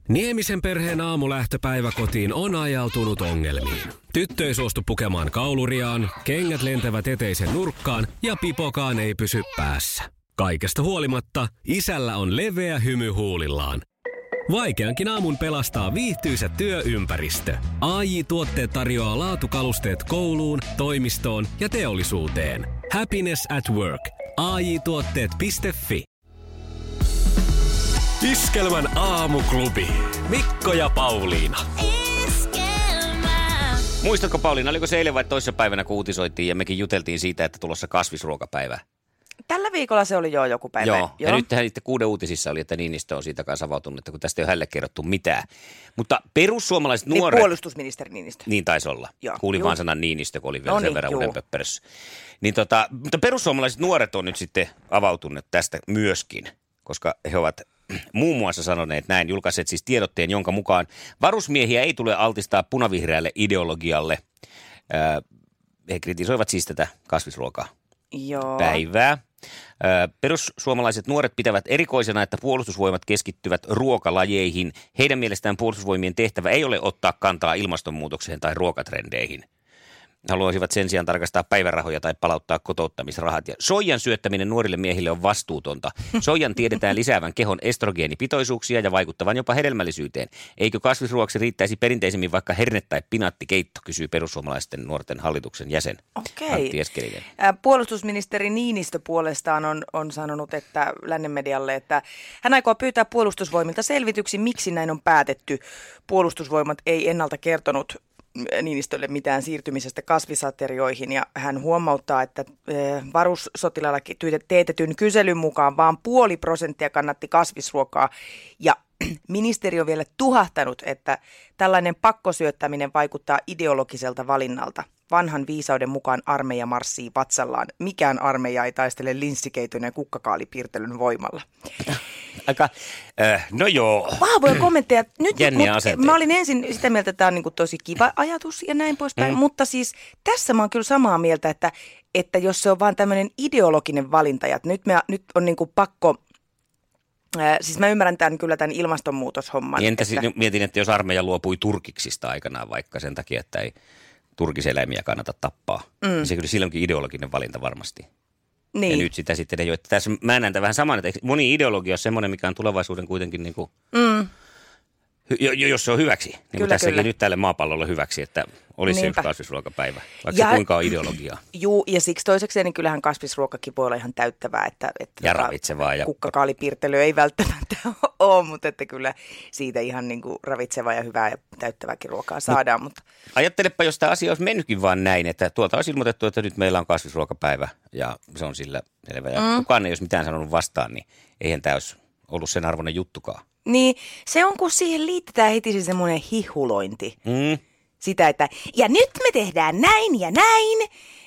Niemisen perheen aamulähtöpäivä kotiin on ajautunut ongelmiin. Tyttö ei suostu pukemaan kauluriaan, kengät lentävät eteisen nurkkaan ja pipokaan ei pysy päässä. Kaikesta huolimatta, isällä on leveä hymy huulillaan. Vaikeankin aamun pelastaa viihtyisä työympäristö. AJ-tuotteet tarjoaa laatukalusteet kouluun, toimistoon ja teollisuuteen. Happiness at work. AJ-tuotteet.fi. Iskelmän aamuklubi. Mikko ja Pauliina. Iskelmä. Muistatko Pauliina, oliko se eilen vai toissapäivänä, kun uutisoitiin ja mekin juteltiin siitä, että tulossa kasvisruokapäivä? Tällä viikolla se oli joku päivä. Joo. Ja nyt tähän Kuuden uutisissa oli, että Niinistö on siitä kanssa avautunut, että kun tästä ei ole hänelle kerrottu mitään. Mutta perussuomalaiset nuoret... Niin puolustusministeri Niinistö. Niin taisi olla. Joo. Kuulin vaan sanan Niinistö, kun oli vielä sen verran udenpöppärössä. Niin mutta perussuomalaiset nuoret on nyt sitten avautuneet tästä myöskin, koska he ovat muun muassa sanoneet näin, julkaiseet siis tiedotteen, jonka mukaan varusmiehiä ei tule altistaa punavihreälle ideologialle. He kritisoivat siis tätä kasvisruokapäivää. Perussuomalaiset nuoret pitävät erikoisena, että puolustusvoimat keskittyvät ruokalajeihin. Heidän mielestään puolustusvoimien tehtävä ei ole ottaa kantaa ilmastonmuutokseen tai ruokatrendeihin. Haluaisivat sen sijaan tarkastaa päivärahoja tai palauttaa kotouttamisrahat. Ja soijan syöttäminen nuorille miehille on vastuutonta. Soijan tiedetään lisäävän kehon estrogeenipitoisuuksia ja vaikuttavan jopa hedelmällisyyteen. Eikö kasvisruoaksi riittäisi perinteisemmin vaikka herne- tai pinaattikeitto, kysyy perussuomalaisten nuorten hallituksen jäsen Antti Eskelinen. Puolustusministeri Niinistö puolestaan on sanonut että lännen medialle, että hän aikoo pyytää puolustusvoimilta selvityksi, miksi näin on päätetty. Puolustusvoimat ei ennalta kertonut Niinistölle mitään siirtymisestä kasvisaterioihin ja hän huomauttaa, että varussotilailla teetetyn kyselyn mukaan vaan 0,5% kannatti kasvisruokaa ja ministeri on vielä tuhahtanut, että tällainen pakkosyöttäminen vaikuttaa ideologiselta valinnalta. Vanhan viisauden mukaan armeija marssii vatsallaan. Mikään armeija ei taistele linssikeiton ja kukkakaalipiirtelyn voimalla. Aika, no joo. Vahvoja kommentteja. Nyt mä olin ensin sitä mieltä, että tämä on niin kuin tosi kiva ajatus ja näin poispäin, mutta siis tässä mä oon kyllä samaa mieltä, että jos se on vaan tämmöinen ideologinen valinta, ja nyt on niin kuin pakko, siis mä ymmärrän kyllä tämän ilmastonmuutoshomman. Entä mietin, että jos armeija luopui turkiksista aikanaan vaikka sen takia, että ei turkiseläimiä kannata tappaa, niin se kyllä silloinkin ideologinen valinta varmasti. Niin. Ja nyt sitä sitten ei ole. Tässä mä näen vähän saman, että moni ideologia on semmoinen, mikä on tulevaisuuden kuitenkin niin kuin, jos se on hyväksi. Niin kuin tässäkin nyt tälle maapallolle hyväksi, että olisi se yksi kasvisruokapäivä, vaikka se kuinka on ideologiaa. Juu, ja siksi toiseksi niin kyllähän kasvisruokakin voi olla ihan täyttävää. Ja ravitsevaa. Kukkakaalipiirtely ei välttämättä ole, mutta että kyllä siitä ihan niin kuin ravitsevaa ja hyvää ja täyttävääkin ruokaa saadaan. Mutta ajattelepa, jos tämä asia olisi mennytkin vaan näin, että tuolta olisi ilmoitettu, että nyt meillä on kasvisruokapäivä ja se on sillä selvä. Ja kukaan ei olisi mitään sanonut vastaan, niin eihän tämä olisi ollut sen arvoinen juttukaan. Niin, se on kun siihen liitetään heti semmoinen hihulointi. Sitä, että ja nyt me tehdään näin ja näin.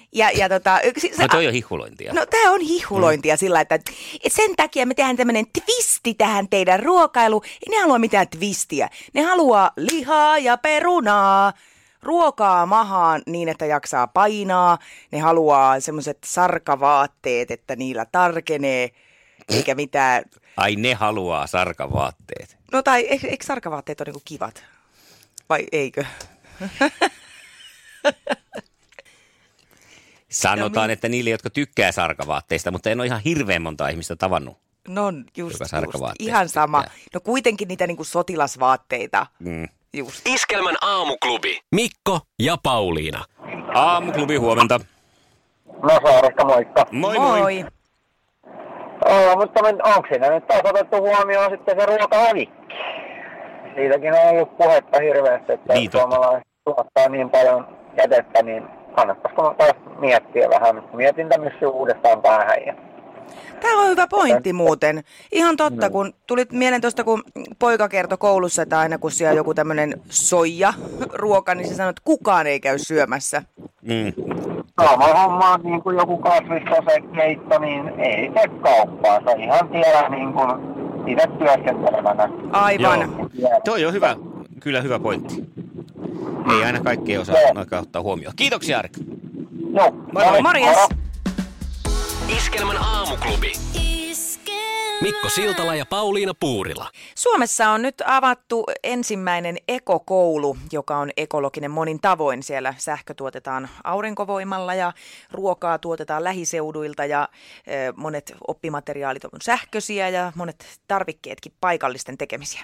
No toi on hihulointia. No tää on hihulointia sillä, että sen takia me tehdään tämmöinen twisti tähän teidän ruokailuun. Ei ne halua mitään twistiä. Ne haluaa lihaa ja perunaa. Ruokaa mahaan niin, että jaksaa painaa. Ne haluaa semmoiset sarkavaatteet, että niillä tarkenee. Eikä mitään. Ai ne haluaa sarkavaatteet. No tai eikö sarkavaatteet ole niinku kivat? Vai eikö? Sanotaan, että niille, jotka tykkää sarkavaatteista, mutta en ole ihan hirveän monta ihmistä tavannut. No just ihan sama. Tykkää. No kuitenkin niitä niinku sotilasvaatteita. Just. Iskelmän aamuklubi. Mikko ja Pauliina. Aamuklubi, huomenta. No Saaresta, moikka. Moi moi. Mutta onko siinä nyt taas otettu huomioon sitten se ruokahävikki? Siitäkin on ollut puhetta hirveästi, että niin, suomalaiset tuottaa niin paljon jätettä, niin kannattaisiko taas miettiä vähän. Mietin tämmöisiä uudestaan päähän. Tämä on hyvä pointti muuten. Ihan totta, kun tulit mieleen tuosta, kun poika kertoi koulussa, että aina kun siellä on joku tämmöinen soija-ruoka, niin se sanoo, että kukaan ei käy syömässä. Sama homma, niin kuin joku kasvissosekeitto, niin ei tee kauppaa. Se ihan tiedä niin kuin itse työskentelevänä. Aivan. Joo. Toi on hyvä, kyllä hyvä pointti. Ei aina kaikkea osaa oikein ottaa huomioon. Kiitoksia, Arka. Joo. Morjes. Iskelmän aamuklubi. Iskelmä. Mikko Siltala ja Pauliina Puurila. Suomessa on nyt avattu ensimmäinen ekokoulu, joka on ekologinen monin tavoin. Siellä sähkö tuotetaan aurinkovoimalla ja ruokaa tuotetaan lähiseuduilta ja monet oppimateriaalit on sähköisiä ja monet tarvikkeetkin paikallisten tekemisiä.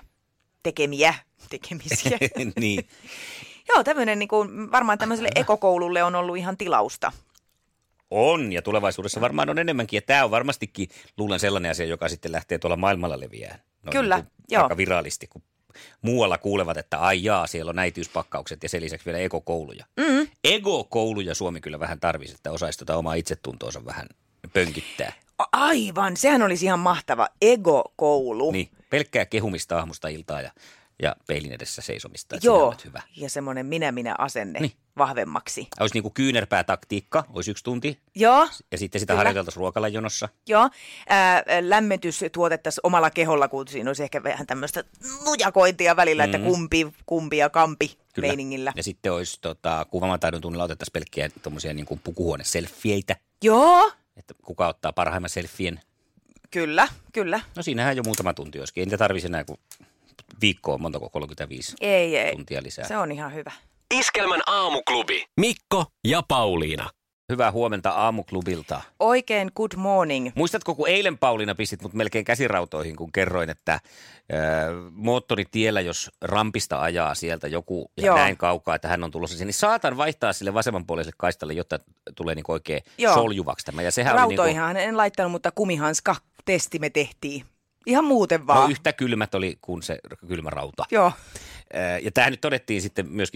Niin. Joo, tämmöinen niin kuin, varmaan tämmöiselle ekokoululle on ollut ihan tilausta. On, ja tulevaisuudessa varmaan on enemmänkin. Ja tämä on varmastikin, luulen, sellainen asia, joka sitten lähtee tuolla maailmalla leviään. Kyllä, niin joo. Aika virallisesti, kun muualla kuulevat, että ai jaa, siellä on äitiyspakkaukset ja sen lisäksi vielä ekokouluja. Ekokouluja Suomi kyllä vähän tarvisi, että osaisi omaa itsetuntoonsa vähän pönkittää. Aivan, sehän olisi ihan mahtava ekokoulu. Niin, pelkkää kehumista aamusta iltaa ja peilin edessä seisomista. Joo, hyvä. Ja semmoinen minä-asenne niin vahvemmaksi. Olisi niin kuin kyynärpäätaktiikka, olisi 1 tunti. Joo. Ja sitten sitä harjoiteltaisiin ruokalajonossa. Joo, lämmitys tuotettaisiin omalla keholla, kun siinä olisi ehkä vähän tämmöistä nujakointia välillä, että kumpi ja kampi kyllä meiningillä. Ja sitten olisi kuvamataidon tunnilla otettaisiin pelkkiä tuommoisia niin kuin pukuhuone-selfieitä. Joo. Että kuka ottaa parhaimman selfien. Kyllä. No siinähän jo muutama tunti olisikin. Ei niitä tarvitsisi enää kuin viikkoon, montako 35 tuntia lisää. Se on ihan hyvä. Iskelmän aamuklubi. Mikko ja Pauliina. Hyvää huomenta aamuklubilta. Oikein good morning. Muistatko, kun eilen Pauliina pistit mut melkein käsirautoihin, kun kerroin, että moottoritiellä, jos rampista ajaa sieltä joku ja näin kaukaa, että hän on tulossa siihen, niin saatan vaihtaa sille vasemmanpuoleiselle kaistalle, jotta tulee niin oikein soljuvaksi tämä. Ja sehän rautoihinhan en laittanut, mutta kumihanska testi me tehtiin. Ihan muuten vaan. No yhtä kylmät oli kuin se kylmä rauta. Joo. Ja tämähän nyt todettiin sitten myöskin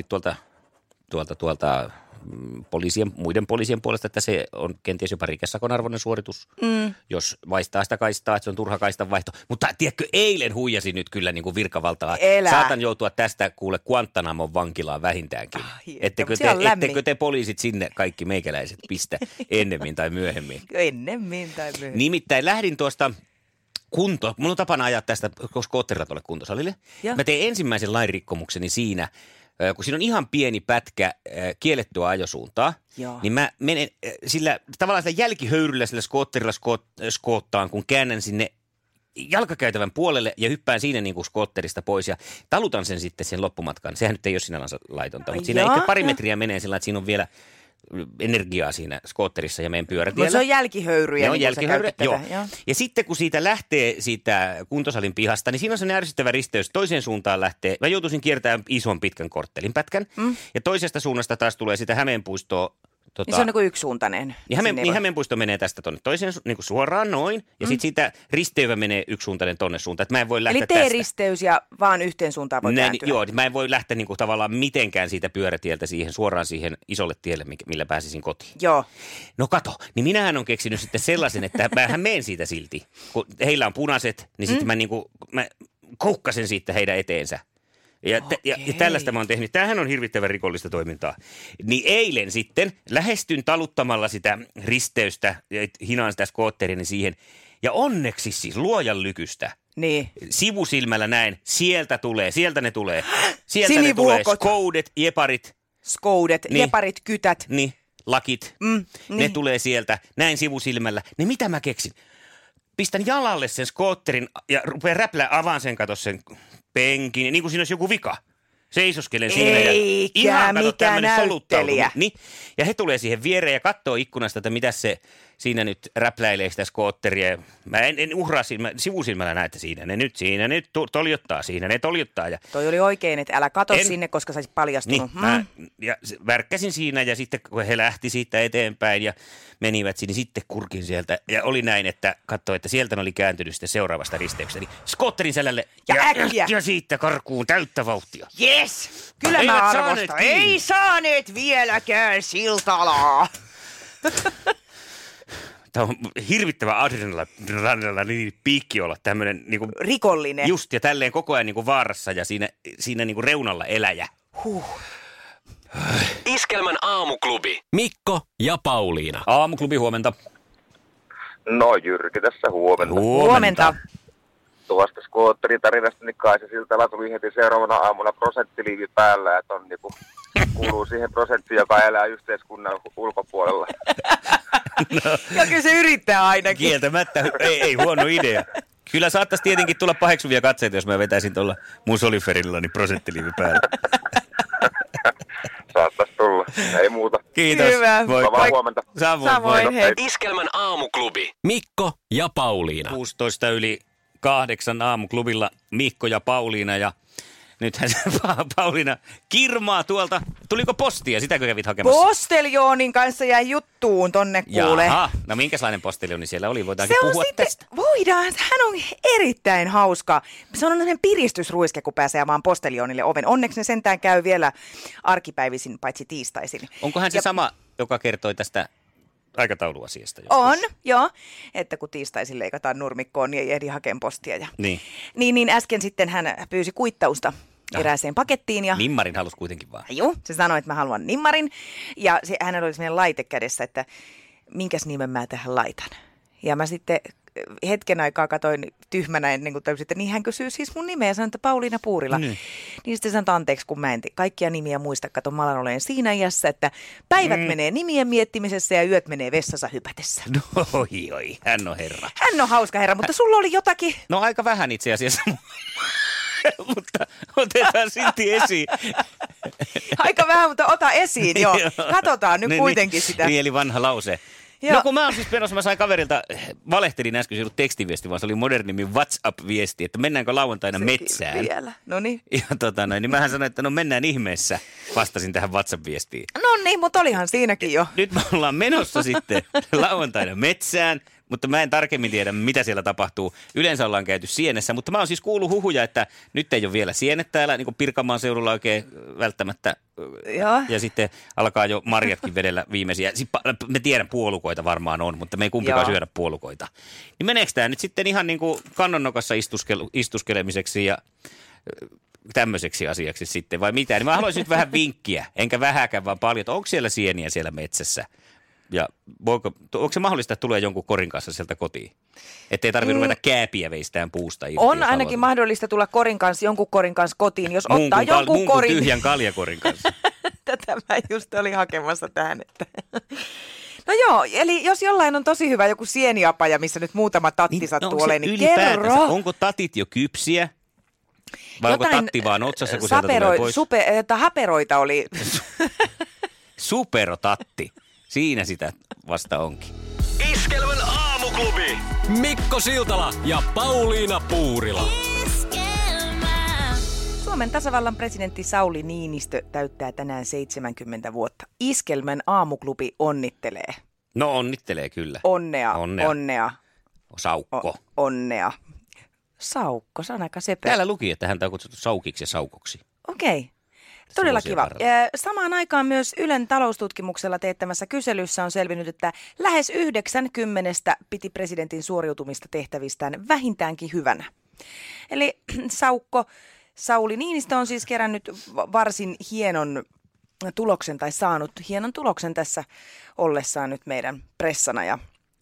tuolta muiden poliisien puolesta, että se on kenties jopa rikesakon arvoinen suoritus, jos vaihtaa sitä kaistaa, että se on turha kaistan vaihto. Mutta tiedätkö, eilen huijasin nyt kyllä niin kuin virkavaltaa. Saatan joutua tästä kuule Guantanamon vankilaan vähintäänkin. Ettekö te poliisit sinne kaikki meikäläiset pistä ennemmin tai myöhemmin? Ennemmin tai myöhemmin. Nimittäin lähdin tuosta mulla on tapana ajaa tästä skootterilla tuolle kuntosalille. Mä tein ensimmäisen lainrikkomukseni siinä, kun siinä on ihan pieni pätkä kiellettyä ajosuuntaa, niin mä menen sillä tavallaan sillä jälkihöyryllä sillä skootterilla skoottaan, kun käännän sinne jalkakäytävän puolelle ja hyppään siinä niin kuin skootterista pois ja talutan sen sitten sen loppumatkan. Sehän nyt ei ole sinällänsä laitonta, mutta siinä ehkä pari metriä menee sillä, että siinä on vielä energiaa siinä skootterissa ja meidän pyörätiellä. Mutta se on jälkihöyryjä. Niin joo. Ja sitten kun siitä lähtee siitä kuntosalin pihasta, niin siinä on se ärsyttävä risteys. Toiseen suuntaan lähtee. Mä joutuisin kiertämään ison pitkän korttelin pätkän. Ja toisesta suunnasta taas tulee sitä Hämeenpuistoa. Niin se on niin kuin yksisuuntainen. Niin Hämeenpuisto menee tästä tuonne toiseen niin kuin suoraan noin. Ja sitten siitä risteyvä menee yksisuuntainen tonne suuntaan. Että mä en voi lähteä eli T-risteys ja vaan yhteen suuntaan voi kääntyä. Joo, mä en voi lähteä niin kuin tavallaan mitenkään siitä pyörätieltä suoraan siihen isolle tielle, millä pääsisin kotiin. Joo. No kato, niin minähän on keksinyt sitten sellaisen, että mähän menen siitä silti. Kun heillä on punaiset, niin sitten mä koukkasen siitä heidän eteensä. Ja tällaista mä oon tehnyt. Tämähän on hirvittävän rikollista toimintaa. Niin eilen sitten lähestyn taluttamalla sitä risteystä ja hinaan sitä skootteriani siihen. Ja onneksi siis luojan lykystä. Niin. Sivusilmällä näen, sieltä ne tulee. Sieltä ne tulee skoudet, jeparit, kytät. Niin, lakit. Ne tulee sieltä, näin sivusilmällä. Niin mitä mä keksin? Pistän jalalle sen skootterin ja rupean avaan sen, kato sen penkin, niin kuin siinä olisi joku vika. Seisoskelen siinä ja ihan kato tämmöinen soluttautuminen. Niin. Ja he tulee siihen viereen ja katsoo ikkunasta, että mitä se siinä nyt räpläilee sitä skootteria. Mä en uhraa siinä, sivusilmällä näe, että siinä ne nyt toljottaa siinä, ne toljottaa. Ja toi oli oikein, että älä katso sinne, koska sä olisit paljastunut. Niin, ja värkkäsin siinä ja sitten kun he lähti siitä eteenpäin ja menivät niin sitten kurkin sieltä. Ja oli näin, että katsoi, että sieltä ne oli kääntynyt sitten seuraavasta risteyksestä. Niin skootterin sälälle ja siitä karkuun täyttä vauhtia. Yes! Kyllä mä arvostan. Ei saaneet vieläkään Siltalaa. Tämä on hirvittävä adrenaliini piikki olla tämmöinen niinku rikollinen. Just ja tälleen koko ajan niinku vaarassa ja siinä niinku reunalla eläjä. Iskelmän aamuklubi. Mikko ja Pauliina. Aamuklubi, huomenta. No Jyrki tässä Huomenta. Tuosta skootteritarinasta niin kai se Siltala tuli heti seuraavana aamuna prosenttiliivi päällä, että on niinku, kuuluu siihen prosenttiin, joka elää yhteiskunnan ulkopuolella. No. Ja kyllä se yrittää ainakin. Kieltämättä, ei huono idea. Kyllä saattaisi tietenkin tulla paheksuvia katseita, jos mä vetäisin tuolla mun soliferilla niin prosenttiliivi päällä. Saattaisi tulla. Ei muuta. Kiitos. Hyvä. Moi. Huomenta. Samoin, hei. Iskelmän aamuklubi. Mikko ja Pauliina. 16:08 aamuklubilla Mikko ja Pauliina ja nythän se Pauliina kirmaa tuolta. Tuliko postia? Sitäkö kävit hakemassa? Posteljoonin kanssa jäi juttuun tonne kuule. Jaha, no minkälainen postelioni siellä oli? Voidaankin puhua tästä? Voidaan, hän on erittäin hauska. Se on sellainen piristysruiske, kun pääsee vaan posteljoonille oven. Onneksi ne sentään käy vielä arkipäivisin, paitsi tiistaisin. Onko hän se sama, joka kertoi tästä aikatauluasiasta? Joskus? On, joo. Että kun tiistaisin leikataan nurmikkoon, niin ei ehdi hakemaan postia. Ja... Niin äsken sitten hän pyysi kuittausta erääseen pakettiin. Ja... Nimmarin halusi kuitenkin vaan. Joo, se sanoi, että mä haluan nimmarin. Ja hänellä oli sellainen laite kädessä, että minkäs nimen mä tähän laitan. Ja mä sitten hetken aikaa katoin tyhmänä ennen kuin täysin, että niin hän kysyy siis mun nimeä ja sanoi, että Pauliina Puurila. Niin sitten sanoin, anteeksi, kun mä en kaikkia nimiä muista. Kato, mä olen siinä iässä, että päivät menee nimien miettimisessä ja yöt menee vessassa hypätessä. No oi, hän on herra. Hän on hauska herra, mutta sulla oli jotakin. No aika vähän itse asiassa, mutta otetaan silti esiin. Aika vähän, mutta ota esiin, joo. Katsotaan nyt kuitenkin sitä. Eli vanha lause. Joo. No kun mä oon siis menossa, mä sain kaverilta, valehtelin äsken, se ei ollut tekstiviesti, vaan se oli modernimmin WhatsApp-viesti, että mennäänkö lauantaina metsään. Vielä, no niin. Ja niin mähän sanoin, että no mennään ihmeessä, vastasin tähän WhatsApp-viestiin. No niin, mutta olihan siinäkin jo. Nyt me ollaan menossa sitten lauantaina metsään, mutta mä en tarkemmin tiedä, mitä siellä tapahtuu. Yleensä ollaan käyty sienessä, mutta mä oon siis kuullut huhuja, että nyt ei ole vielä sienet täällä, niin kuin Pirkanmaan seudulla oikein välttämättä. Joo. Ja sitten alkaa jo marjatkin vedellä viimeisiä. Me tiedän, puolukoita varmaan on, mutta me ei kumpikaan syödä puolukoita. Niin meneekö tämä nyt sitten ihan niin kuin kannonnokassa istuskelemiseksi ja tämmöiseksi asiaksi sitten vai mitä? Niin mä haluaisin nyt vähän vinkkiä, enkä vähäkään vaan paljon, että onko siellä sieniä siellä metsässä? Ja onko se mahdollista, että tulee jonkun korin kanssa sieltä kotiin? Että ei tarvitse ruveta kääpiä veistään puusta. On ainakin mahdollista tulla jonkun korin kanssa kotiin, jos ottaa jonkun korin. Muun tyhjän kaljakorin kanssa. Tätä mä just olin hakemassa tähän. Että. No joo, eli jos jollain on tosi hyvä joku sieniapaja, missä nyt muutama tatti sattuu olemaan, niin kerro. Onko tatit jo kypsiä? Vai onko tatti vaan otsassa, kun sieltä tulee pois? Haperoita oli. Superotatti. Siinä sitä vasta onkin. Iskelmän aamuklubi. Mikko Siltala ja Pauliina Puurila. Suomen tasavallan presidentti Sauli Niinistö täyttää tänään 70 vuotta. Iskelmän aamuklubi onnittelee. No onnittelee kyllä. Onnea. Saukko. Onnea. Saukko, se on aika sepä. Täällä luki, että häntä on kutsuttu Saukiksi ja Saukoksi. Okei. Todella kiva. Samaan aikaan myös Ylen taloustutkimuksella teettämässä kyselyssä on selvinnyt, että lähes 90 piti presidentin suoriutumista tehtävistään vähintäänkin hyvänä. Eli Sauli Niinistö on siis kerännyt varsin hienon tuloksen tai saanut hienon tuloksen tässä ollessaan nyt meidän pressana. Ja,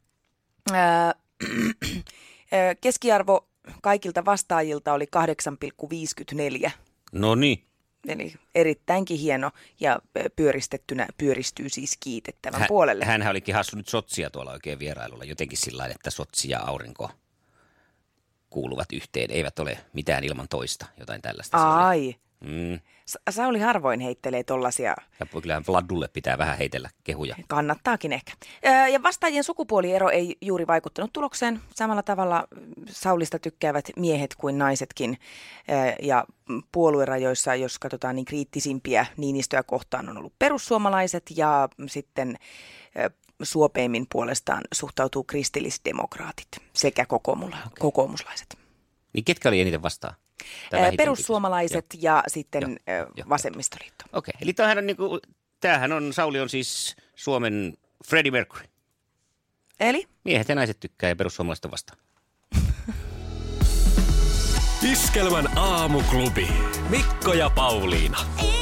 keskiarvo kaikilta vastaajilta oli 8,54. No niin. Eli erittäinkin hieno ja pyöristettynä pyöristyy siis kiitettävän puolelle. Hänhän olikin hassu nyt Sotsia tuolla oikein vierailulla. Jotenkin sillä lailla, että Sotsi ja aurinko kuuluvat yhteen. Eivät ole mitään ilman toista, jotain tällaista. Ai. Sauli harvoin heittelee tollaisia. Ja kyllähän Vladulle pitää vähän heitellä kehuja. Kannattaakin ehkä. Ja vastaajien sukupuoliero ei juuri vaikuttanut tulokseen. Samalla tavalla Saulista tykkäävät miehet kuin naisetkin. Ja puoluerajoissa, jos katsotaan niin kriittisimpiä Niinistöä kohtaan, on ollut perussuomalaiset ja sitten suopeimmin puolestaan suhtautuu kristillisdemokraatit sekä kokoomuslaiset. Niin ketkä oli eniten vastaan? Perussuomalaiset ja sitten vasemmistoliitto. Okei, eli Sauli on siis Suomen Freddie Mercury. Eli? Miehet ja naiset tykkää ja perussuomalaiset on vastaan. Iskelmän aamuklubi. Mikko ja Pauliina.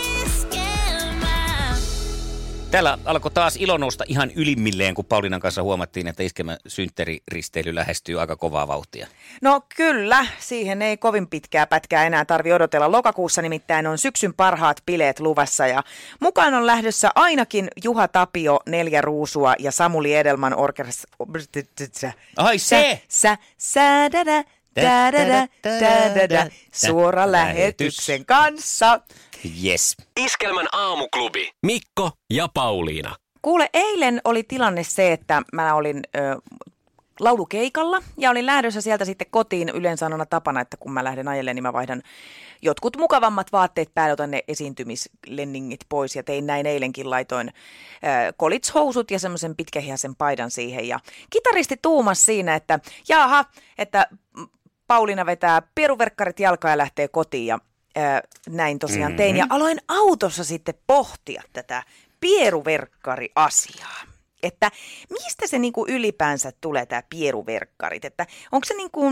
Täällä alkoi taas ilo nousta ihan ylimmilleen, kun Pauliinan kanssa huomattiin, että Iskelmän synttäriristeily lähestyy aika kovaa vauhtia. No kyllä, siihen ei kovin pitkää pätkää enää tarvitse odotella. Lokakuussa nimittäin on syksyn parhaat bileet luvassa ja mukaan on lähdössä ainakin Juha Tapio, 4 Ruusua ja Samuli Edelman orkesteri. Ai se! Suora lähetyksen kanssa. Yes. Iskelmän aamuklubi. Mikko ja Pauliina. Kuule, eilen oli tilanne se, että mä olin laulukeikalla ja olin lähdössä sieltä sitten kotiin. Yleensä on aina tapana, että kun mä lähden ajelle, niin mä vaihdan jotkut mukavammat vaatteet päälle, otan ne esiintymislenningit pois ja tein näin eilenkin, laitoin college-housut ja semmoisen pitkähihaisen paidan siihen. Ja kitaristi tuumas siinä, että jaha, että Pauliina vetää pieruverkkarit jalkaan ja lähtee kotiin ja näin tosiaan tein. Ja aloin autossa sitten pohtia tätä pieruverkkari-asiaa. Että mistä se niinku ylipäänsä tulee tämä pieruverkkarit? Että onko se niinku...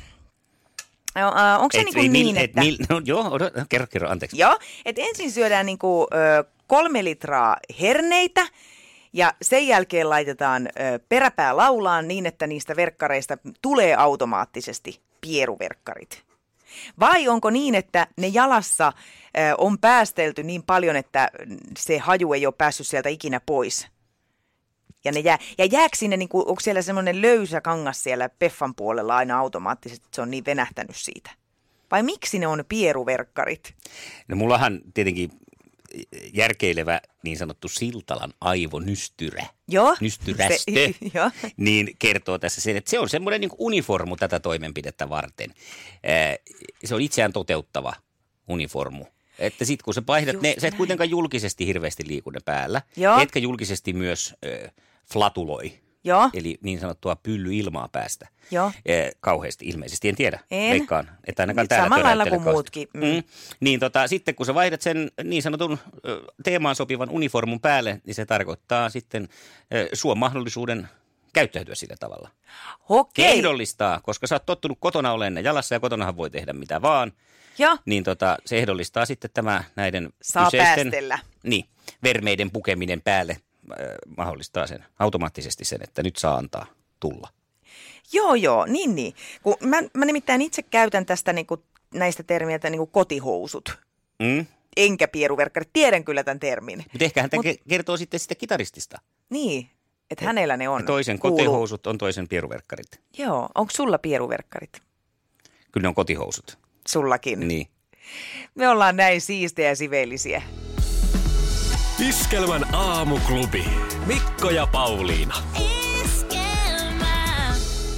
onko se niin, että... Kerro, anteeksi. Joo, että ensin syödään 3 litraa herneitä ja sen jälkeen laitetaan peräpää laulaan niin, että niistä verkkareista tulee automaattisesti pieruverkkarit. Vai onko niin, että ne jalassa on päästelty niin paljon, että se haju ei ole päässyt sieltä ikinä pois? Ja ne jääkö sinne, onko siellä semmoinen löysä kangas siellä peffan puolella aina automaattisesti, että se on niin venähtänyt siitä? Vai miksi ne on pieruverkkarit? No mullahan tietenkin järkeilevä niin sanottu Siltalan aivonystyrä, nystyrästö, niin kertoo tässä sen, että se on semmoinen niin kuin uniformu tätä toimenpidettä varten. Se on itseään toteuttava uniformu. Että sit kun sä vaihdat ne, sä et kuitenkaan julkisesti hirveästi liiku ne päällä, etkä julkisesti myös flatuloi. Joo. Eli niin sanottua pyllyilmaa päästä. Kauheasti ilmeisesti, en tiedä. Veikkaan, että ainakaan täällä samalla lailla kuin muutkin. Niin sitten kun sä vaihdat sen niin sanotun teemaan sopivan uniformun päälle, niin se tarkoittaa sitten suon mahdollisuuden käyttäytyä sillä tavalla. Okei. Ehdollistaa, koska sä oot tottunut kotona olemaan jalassa ja kotonahan voi tehdä mitä vaan. Niin se ehdollistaa sitten tämä näiden kyseisten vermeiden pukeminen päälle mahdollistaa sen automaattisesti sen, että nyt saa antaa tulla. Joo, niin. Kun mä nimittäin itse käytän tästä näistä termiä niin kotihousut. Enkä pieruverkkarit. Tiedän kyllä tämän termin. Mutta ehkä hän kertoo sitten sitä kitaristista. Niin, että hänellä ne on. Ja toisen kotihousut on toisen pieruverkkarit. Joo, onko sulla pieruverkkarit? Kyllä ne on kotihousut. Sullakin? Niin. Me ollaan näin siistejä ja siveellisiä. Iskelmän aamuklubi. Mikko ja Pauliina. Iskelmä.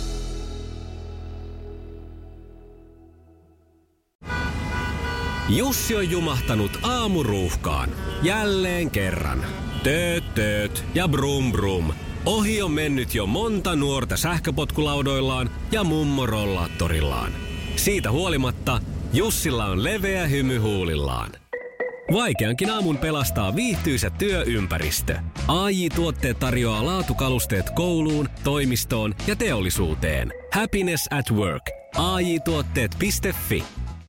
Jussi on jumahtanut aamuruuhkaan. Jälleen kerran. Tööt ja brum brum. Ohi on mennyt jo monta nuorta sähköpotkulaudoillaan ja mummorollaattorillaan. Siitä huolimatta Jussilla on leveä hymy huulillaan. Vaikeankin aamun pelastaa viihtyisä työympäristö. AJ-tuotteet tarjoaa laatukalusteet kouluun, toimistoon ja teollisuuteen. Happiness at work. AJ-tuotteet.fi